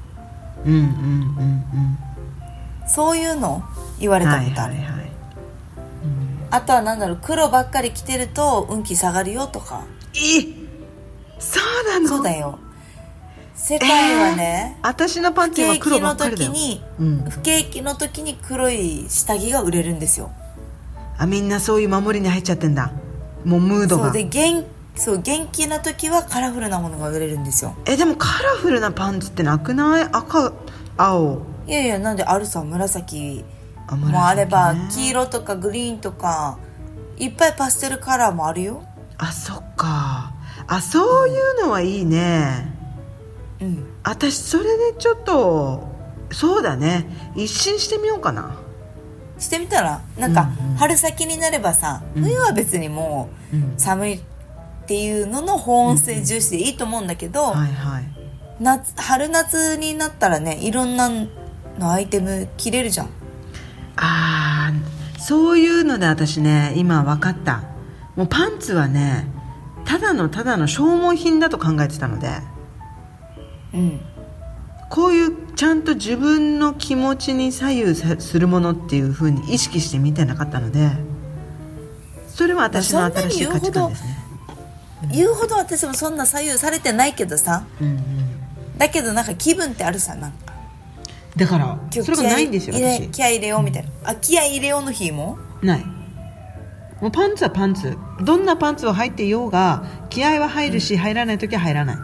A: そういうの言われたことある。あとはなんだろう、黒ばっかり着てると運気下がるよとか。
B: そうなの？
A: そうだよ。世界はね、
B: 私のパンツは黒ばっかりだよ。
A: 不景気の時に黒い下着が売れるんですよ。
B: みんなそういう守りに入っちゃってんだ。もうムードが。
A: そうで、元気な時はカラフルなものが売れるんですよ。
B: でもカラフルなパンツってなくない？赤、青。
A: いやなんであるさ、紫もあれば、黄色とかグリーンとかいっぱいパステルカラーもあるよ。
B: そっか。そういうのはいいね。私それでちょっと、そうだね、一新してみようかな。
A: してみたら、なんか春先になればさ、冬は別にもう寒いっていうのの保温性重視でいいと思うんだけど、春夏になったらね、いろんなのアイテム着れるじゃん。
B: そういうので私ね、今分かった。もうパンツはね、ただの消耗品だと考えてたので、こういうちゃんと自分の気持ちに左右するものっていう風に意識して見てなかったので、それは私の新しい価値観ですね。
A: 言うほど私もそんな左右されてないけどさ、だけどなんか気分ってあるさ。なんか
B: だからそれがないんですよ、私。
A: 気合い入れようみたいな。気合い入れようの日も
B: ない。 もうパンツはパンツ、どんなパンツを履いていようが気合は入るし、入らない時は入らない。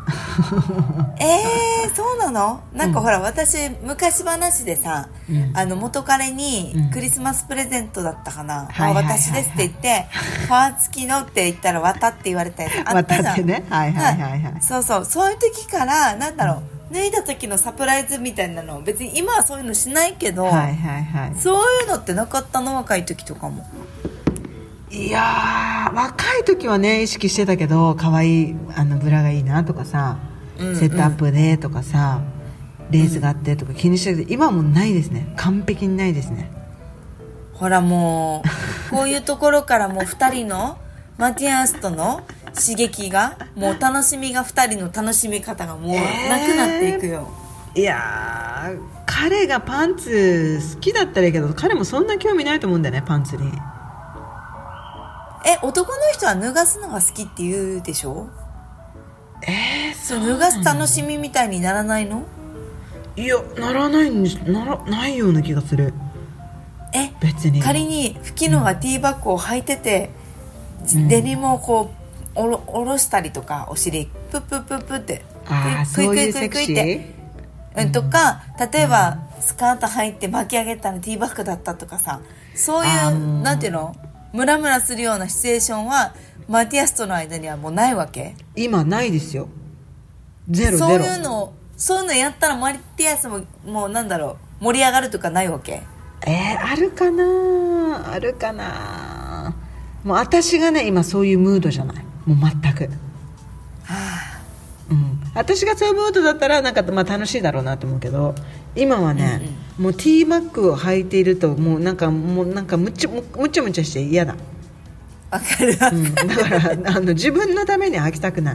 A: そうなの？なんかほら、私昔話でさ、元彼にクリスマスプレゼントだったかな、私ですって言ってファー付きのって言ったら綿って言われたやつあったじゃん。
B: 綿ってね、はいはいはいはい、
A: そういう時からなんだろう、脱いだ時のサプライズみたいなの、別に今はそういうのしないけど、そういうのってなかったの？若い時とかも。
B: いやー、若い時はね意識してたけど、可愛いブラがいいなとかさ、セットアップでとかさ、レースがあってとか気にしてるけど、今はもうないですね。完璧にないですね。
A: ほらもうこういうところからもう2人のマティアスとの刺激が、もう楽しみが、2人の楽しみ方がもうなくなっていくよ。
B: いやー、彼がパンツ好きだったらいいけど、彼もそんな興味ないと思うんだよね、パンツに。
A: 男の人は脱がすのが好きって言うでしょ。そう脱がす楽しみみたいにならないの？
B: いや、ならないないような気がする。別に
A: 仮にフキノがティーバッグを履いてて、デニムをこう下ろしたりとか、お尻プップップップってクイクイクイクイってとか、例えばスカート履いて巻き上げたらティーバッグだったとかさ、そういうなんていうの、ムラムラするようなシチュエーションはマティアスとの間にはもうないわけ？
B: 今ないですよ。ゼロ。
A: そういうのやったらマティアスもうなんだろう、盛り上がるとかないわけ？
B: あるかな。もう私がね今そういうムードじゃない、もう全く。私がそういうムードだったらなんか、楽しいだろうなと思うけど、今はね、もうティーバッグを履いているともうなんかむちゃむちゃして嫌だ。
A: わかる、だ
B: から自分のために履きたくない、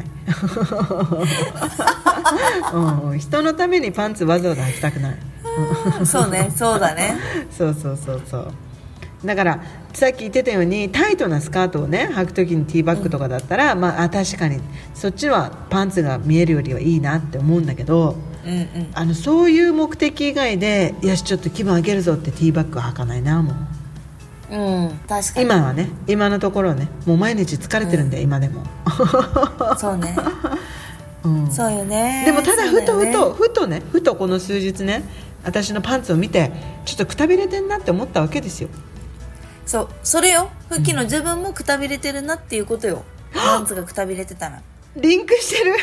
B: 人のためにパンツわざわざ履きたくない。
A: そうね、そうだね。
B: そうだからさっき言ってたように、タイトなスカートをね履くときにティーバッグとかだったら、確かにそっちはパンツが見えるよりはいいなって思うんだけど、そういう目的以外でよしちょっと気分上げるぞってティーバッグは履かないな、もう。
A: 確かに
B: 今はね、今のところね、もう毎日疲れてるんで、今でも。
A: そうね、そうよね。
B: でもただふとこの数日ね、私のパンツを見てちょっとくたびれてんなって思ったわけですよ。
A: それよ、フッキーの自分もくたびれてるなっていうことよ。パンツがくたびれてたら
B: リンクしてる。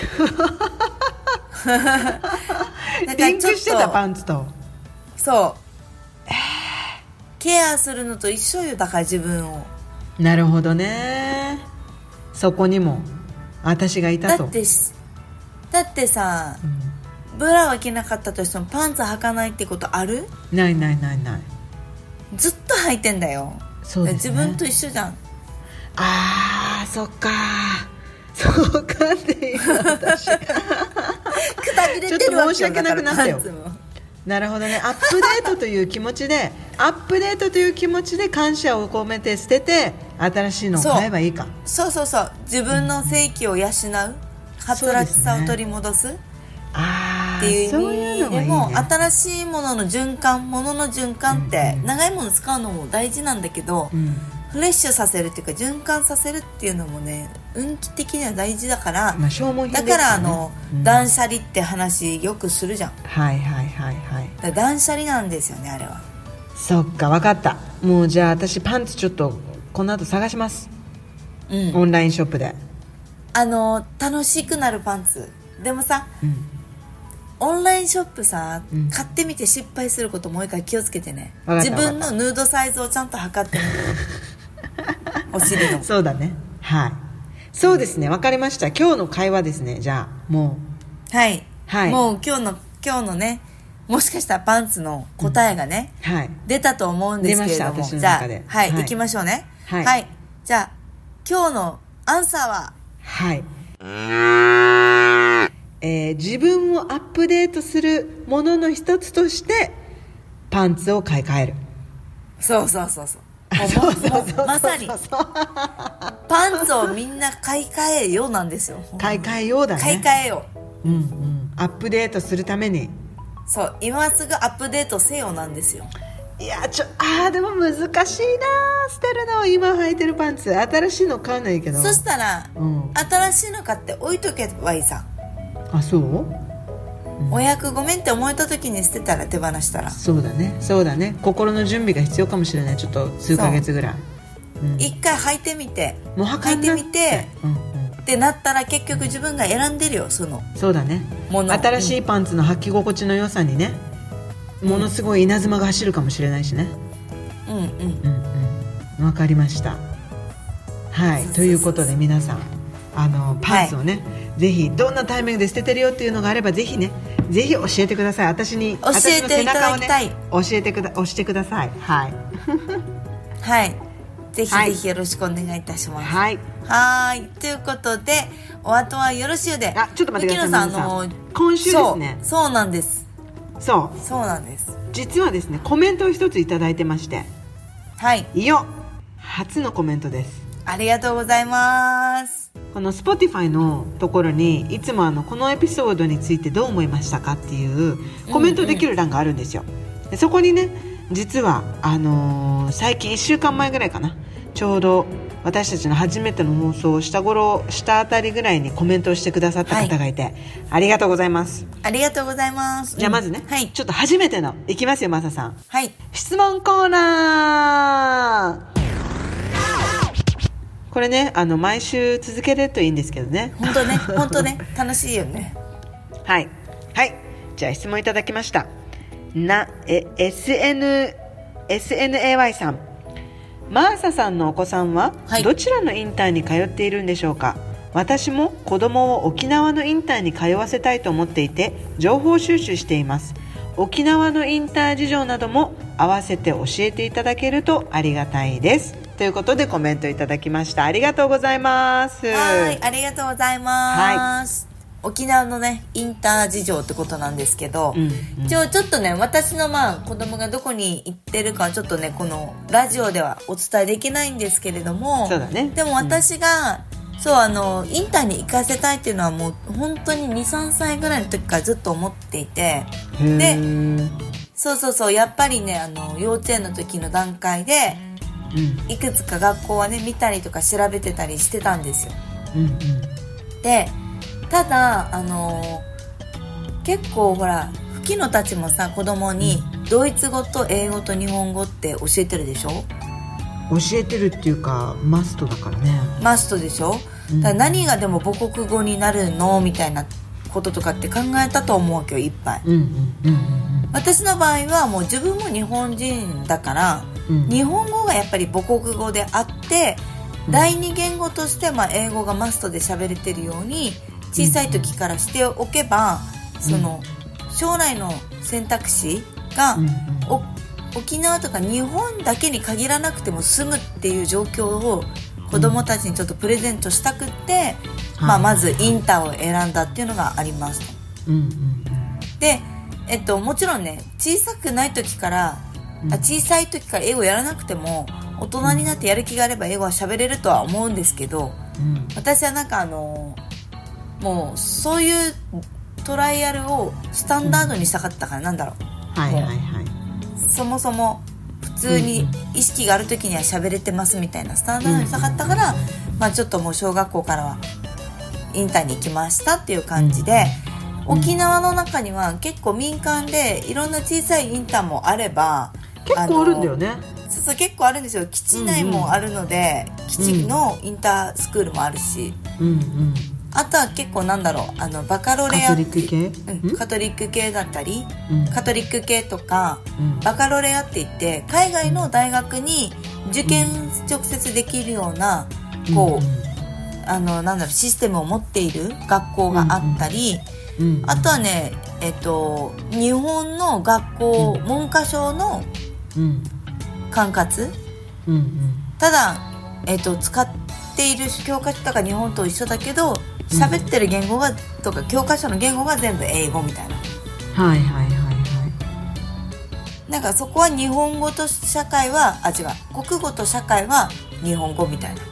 B: リンクしてた、パンツと。
A: ケアするのと一緒よ、だから自分を。
B: なるほどね。そこにも私がいたと。
A: だってさ、ブラは着なかったとしてもパンツ履かないってことある？
B: ない。
A: ずっと履いてんだよ。
B: そうですね、
A: 自分と一緒じゃん。
B: そっかって今私
A: くたびれてるわけよ。
B: ちょっと申し訳なくなったよ。なるほどね。アップデートという気持ちで感謝を込めて捨てて、新しいのを買えばいいか。
A: そう自分の正気を養う、はつらつさを取り戻すっていう意味でも、新しいものの循環って、長いもの使うのも大事なんだけど、フレッシュさせるっていうか循環させるっていうのもね、運気的には大事だから、
B: 消耗品ですよね。
A: だから断捨離って話よくするじゃん。だ断捨離なんですよね、あれは。
B: そっか、分かった。もうじゃあ私パンツちょっとこの後探します、オンラインショップで。
A: 楽しくなるパンツでもさ、オンラインショップさ、買ってみて失敗することも多いから気をつけてね。自分のヌードサイズをちゃんと測ってみて。お尻の。
B: そうだね。そうですね、分かりました。今日の会話ですね。じゃあもう
A: もう今日のね、もしかしたらパンツの答えがね、出たと思うんですけれども、じゃあ行きましょうね。じゃあ今日のアンサーは、
B: 自分をアップデートするものの一つとしてパンツを買い替える。
A: そうまさにパンツをみんな買い替えようなんですよ。
B: 買い替えようだね。
A: 買い替えよう。
B: アップデートするために。
A: 今すぐアップデートせよなんですよ。
B: いやでも難しいな、捨てるの。今履いてるパンツ新しいの買わないけど、
A: そしたら、新しいの買って置いとけばいいさ。
B: あ、そう、
A: お役ごめんって思えた時に捨てたら、手放したら。
B: そうだね、心の準備が必要かもしれない。ちょっと数ヶ月ぐらい、
A: 一回履いてみて、
B: もう
A: 履いてみて、ってなったら結局自分が選んでるよ、
B: そうだね、新しいパンツの履き心地の良さにね、ものすごい稲妻が走るかもしれないしね。わかりました。はい、ということで皆さん、パンツをね、ぜひどんなタイミングで捨ててるよっていうのがあれば、ぜひ教えてください。私の背中をね、押してください。はい
A: はい、ぜひぜひよろしくお願いいたします。はいということで、お後はよろしゅうで。
B: ちょっと待ってください。今週ですね。
A: そうなんです。そうなんです。
B: 実はですね、コメントを一ついただいてまして、初のコメントです。
A: ありがとうございます。
B: この Spotify のところにいつもこのエピソードについてどう思いましたかっていうコメントできる欄があるんですよ。でそこにね、実は最近1週間前ぐらいかな、ちょうど私たちの初めての放送をしたあたりぐらいにコメントをしてくださった方がいて、ありがとうございます。
A: ありがとうございます。
B: じゃあまずね、ちょっと初めてのいきますよ、マサさん。質問コーナー。これね、毎週続けるといいんですけどね。
A: 本当ね楽しいよね。
B: はい、じゃあ質問いただきました。SNAY さん、マーサさんのお子さんはどちらのインターに通っているんでしょうか。私も子供を沖縄のインターに通わせたいと思っていて、情報収集しています。沖縄のインター事情なども合わせて教えていただけるとありがたいです、ということでコメントいただきました。ありがとうございます。
A: ありがとうございます。沖縄のね、インター事情ってことなんですけど、ちょっとね、私の子供がどこに行ってるかはちょっとね、このラジオではお伝えできないんですけれども、
B: そうだね、
A: でも私が、インターに行かせたいっていうのはもう本当に 2,3 歳ぐらいの時からずっと思っていて、でやっぱりね、幼稚園の時の段階で、いくつか学校はね見たりとか調べてたりしてたんですよ。でただ結構ほら、ふきのたちもさ、子供にドイツ語と英語と日本語って教えてるでしょ。
B: 教えてるっていうかマストだからね。
A: マストでしょ。だから何がでも母国語になるのみたいなこととかって考えたと思うわけよ、いっぱい。私の場合はもう自分も日本人だから、日本語がやっぱり母国語であって、第二言語として英語がマストで喋れてるように小さい時からしておけば、将来の選択肢が、沖縄とか日本だけに限らなくても済むっていう状況を子供たちにちょっとプレゼントしたくって、まずインターを選んだっていうのがありますと。で、もちろんね、小さい時から英語やらなくても大人になってやる気があれば英語は喋れるとは思うんですけど、私はなんかもうそういうトライアルをスタンダードにしたかったから、なんだろう、そもそも普通に意識がある時には喋れてますみたいなスタンダードにしたかったから、ちょっともう小学校からはインターに行きましたっていう感じで、沖縄の中には結構民間でいろんな小さいインターもあれば、
B: 結構あるんだよね。
A: 結構あるんですよ。基地内もあるので、基地のインタースクールもあるし、あとは結構バカロレア、カトリック系だったり、カトリック系とか、バカロレアって言って海外の大学に受験直接できるようなシステムを持っている学校があったり、あとはね、日本の学校、文科省の管轄、ただ、使っている教科書とか日本と一緒だけど、喋ってる言語がとか教科書の言語が全部英語みたいな。なんかそこは日本語と社会は国語と社会は日本語みたいな。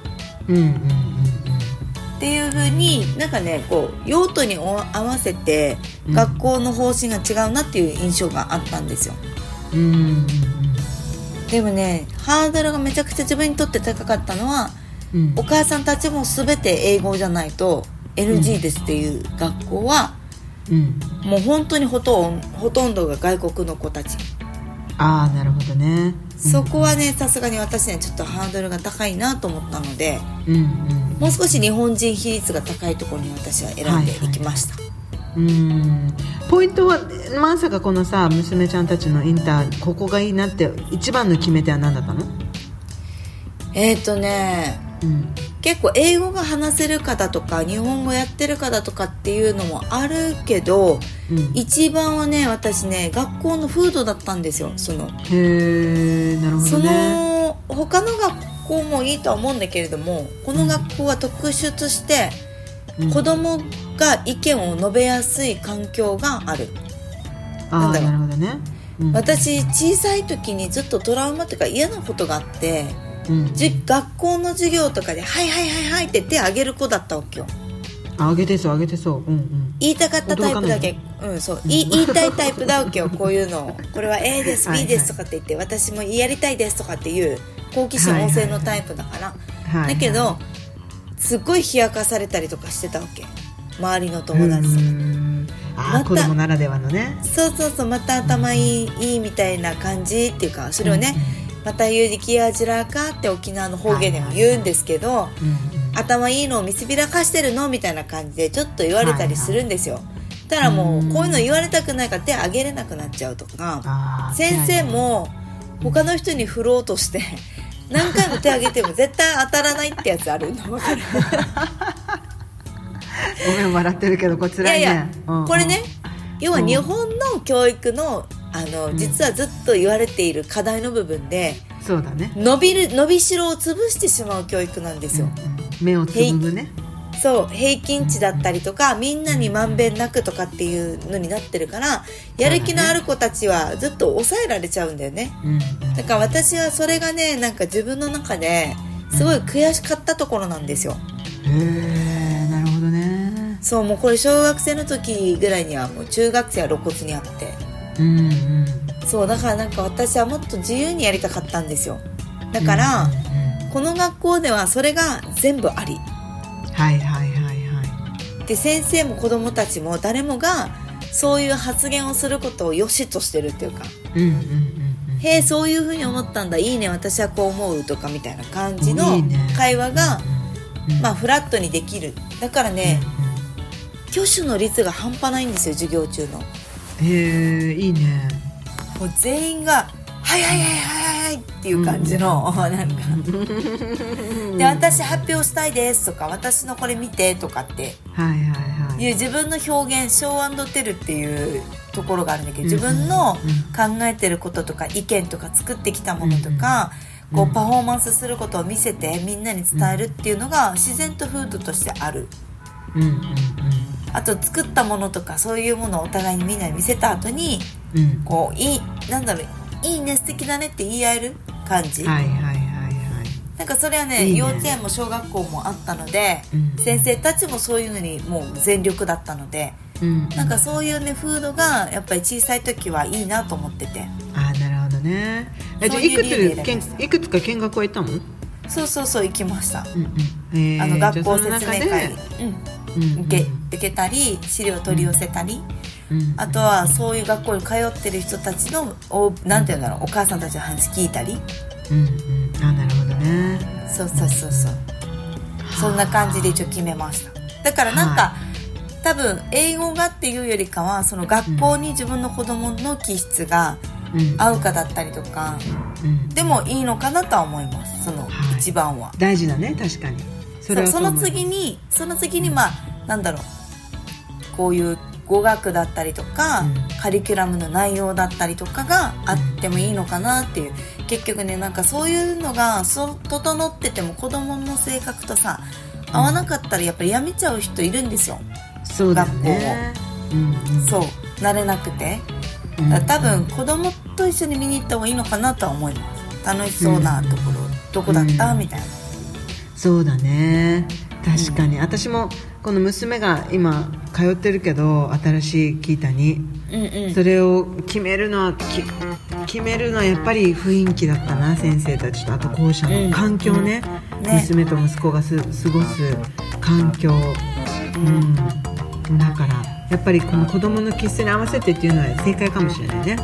A: っていう風になんかね、用途に合わせて学校の方針が違うなっていう印象があったんですよ。 でもねハードルがめちゃくちゃ自分にとって高かったのは、お母さんたちも全て英語じゃないと NG ですっていう学校は、もう本当にほとんどが外国の子たち。
B: ああなるほどね、
A: そこはねさすがに私ねちょっとハードルが高いなと思ったので、もう少し日本人比率が高いところに私は選んでいきました。
B: ポイントはまさかこのさ娘ちゃんたちのインターここがいいなって一番の決め手は何だったの？
A: 結構英語が話せる方とか日本語やってる方とかっていうのもあるけど、一番はね私ね学校の風土だったんですよ。
B: へーなるほどね。
A: 他の学校もいいとは思うんだけれども、この学校は特殊して子供が意見を述べやすい環境がある。
B: なるほどね。
A: 私小さい時にずっとトラウマというか嫌なことがあって、学校の授業とかではいはいはいはいって手を挙げる子だったわけよ。
B: 挙げてそう、
A: 言いたかったタイプだけ、言いたいタイプだわけよ。こういうのこれは A です B ですとかって言って私もやりたいですとかっていう好奇心旺盛のタイプだから、だけどすっごい冷やかされたりとかしてたわけ、周りの友達とか。
B: 子供ならではのね。
A: そうまた頭いいみたいな感じっていうか、それをね、また言うできやじらかって沖縄の方言でも言うんですけど、頭いいのを見せびらかしてるのみたいな感じでちょっと言われたりするんですよ。たらもうこういうの言われたくないから手挙げれなくなっちゃうとか、先生も他の人に振ろうとして何回も手挙げても絶対当たらないってやつあるの分かる？
B: ごめん笑ってるけどこちらね。
A: いやこれね、要は日本の教育の実はずっと言われている課題の部分で、
B: そうだね、
A: 伸びしろを潰してしまう教育なんですよ。
B: 目をつぶむね。
A: そう平均値だったりとか、みんなにまんべんなくとかっていうのになってるから、やる気のある子たちはずっと抑えられちゃうんだよね。だから私はそれがねなんか自分の中ですごい悔しかったところなんですよ。
B: なるほどね。
A: そうもうこれ小学生の時ぐらいにはもう中学生は露骨にあって、そうだからなんか私はもっと自由にやりたかったんですよ。だから、この学校ではそれが全部あり、で先生も子供たちも誰もがそういう発言をすることを良しとしてるっていうか、へえそういうふうに思ったんだ、いいね私はこう思うとかみたいな感じの会話がフラットにできる。だからね、挙手の率が半端ないんですよ授業中の。
B: いいね。
A: もう全員がはいはいはいはいはいっていう感じの、なんかで私発表したいですとか私のこれ見てとかっていう自分の表現ショー&テルっていうところがあるんだけど、自分の考えてることとか意見とか作ってきたものとか、こうパフォーマンスすることを見せてみんなに伝えるっていうのが自然と風土としてある。あと作ったものとかそういうものをお互いにみんなに見せた後に、こういいね素敵だねって言い合える感じ。なんかそれはね、幼稚園も小学校もあったので、先生たちもそういうのにもう全力だったので、なんかそういうね風土がやっぱり小さい時はいいなと思ってて。
B: なるほどね。じゃあいくつか見学は行ったの？
A: そう行きました。学校説明会受けたり資料取り寄せたり、あとはそういう学校に通ってる人たちのなんていうんだろう、お母さんたちの話聞いたり、
B: なるほどね。
A: そうそんな感じで一応決めました。だからなんか、多分英語がっていうよりかはその学校に自分の子供の気質が合うかだったりとか、でもいいのかなとは思います。その一番は
B: 大事だね。確かにそ
A: の次になんだろう、こういう語学だったりとか、カリキュラムの内容だったりとかがあってもいいのかなっていう、結局ねなんかそういうのが整ってても子供の性格とさ合わなかったらやっぱりやめちゃう人いるんですよ。
B: そうだね。
A: 学校を、慣れなくて、だから多分子供と一緒に見に行った方がいいのかなとは思います。楽しそうなところ、どこだった、みたいな。
B: そうだね。確かに、私もこの娘が今通ってるけど新しいキータに、それを決めるのは決めるのはやっぱり雰囲気だったな、先生たちと、あと校舎の環境ね、娘と息子が過ごす環境、だからやっぱりこの子供の気質に合わせてっていうのは正解かもしれないね。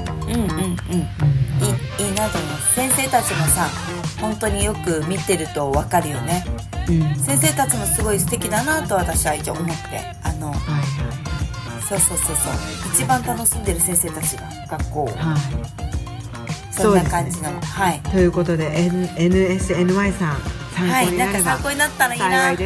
A: いいなと思います。先生たちもさ、本当によく見てると分かるよね、先生たちもすごい素敵だなと私は一応思って、そう一番楽しんでる先生たちが学校を、そんな感じの、
B: ということで NSNY さん参考になれば、
A: なんか参考になったらいいな。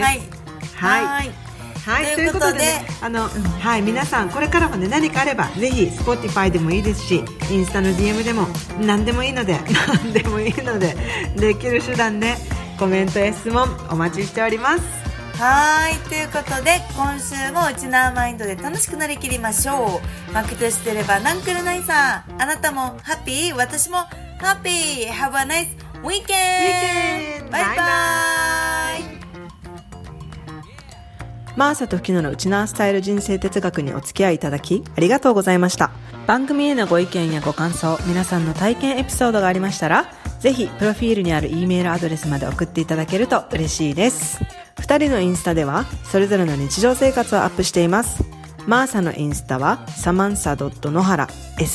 B: ということで、皆さんこれからもね、何かあればぜひ Spotify でもいいですし、インスタの DM でも何でもいいのでできる手段でコメントや質問お待ちしております。
A: ということで、今週もウチナーマインドで楽しくなりきりましょう。マクとしてればなんくるないさ。あなたもハッピー、私もハッピー。Have a nice weekend! バイバイ。
B: マーサとフキノのウチナースタイル人生哲学にお付き合いいただきありがとうございました。番組へのご意見やご感想、皆さんの体験エピソードがありましたら、ぜひプロフィールにある E メールアドレスまで送っていただけると嬉しいです。2人のインスタではそれぞれの日常生活をアップしています。マーサのインスタはサマンサ.nohara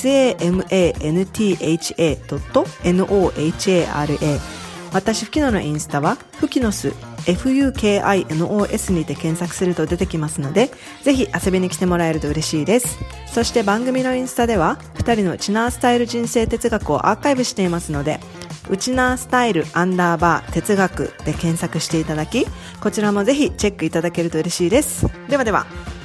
B: samantha.nohara、 私フキノのインスタはフキノスFUKINOS にて検索すると出てきますので、ぜひ遊びに来てもらえると嬉しいです。そして番組のインスタでは2人のウチナースタイル人生哲学をアーカイブしていますので、ウチナースタイル_哲学で検索していただき、こちらもぜひチェックいただけると嬉しいです。ではでは。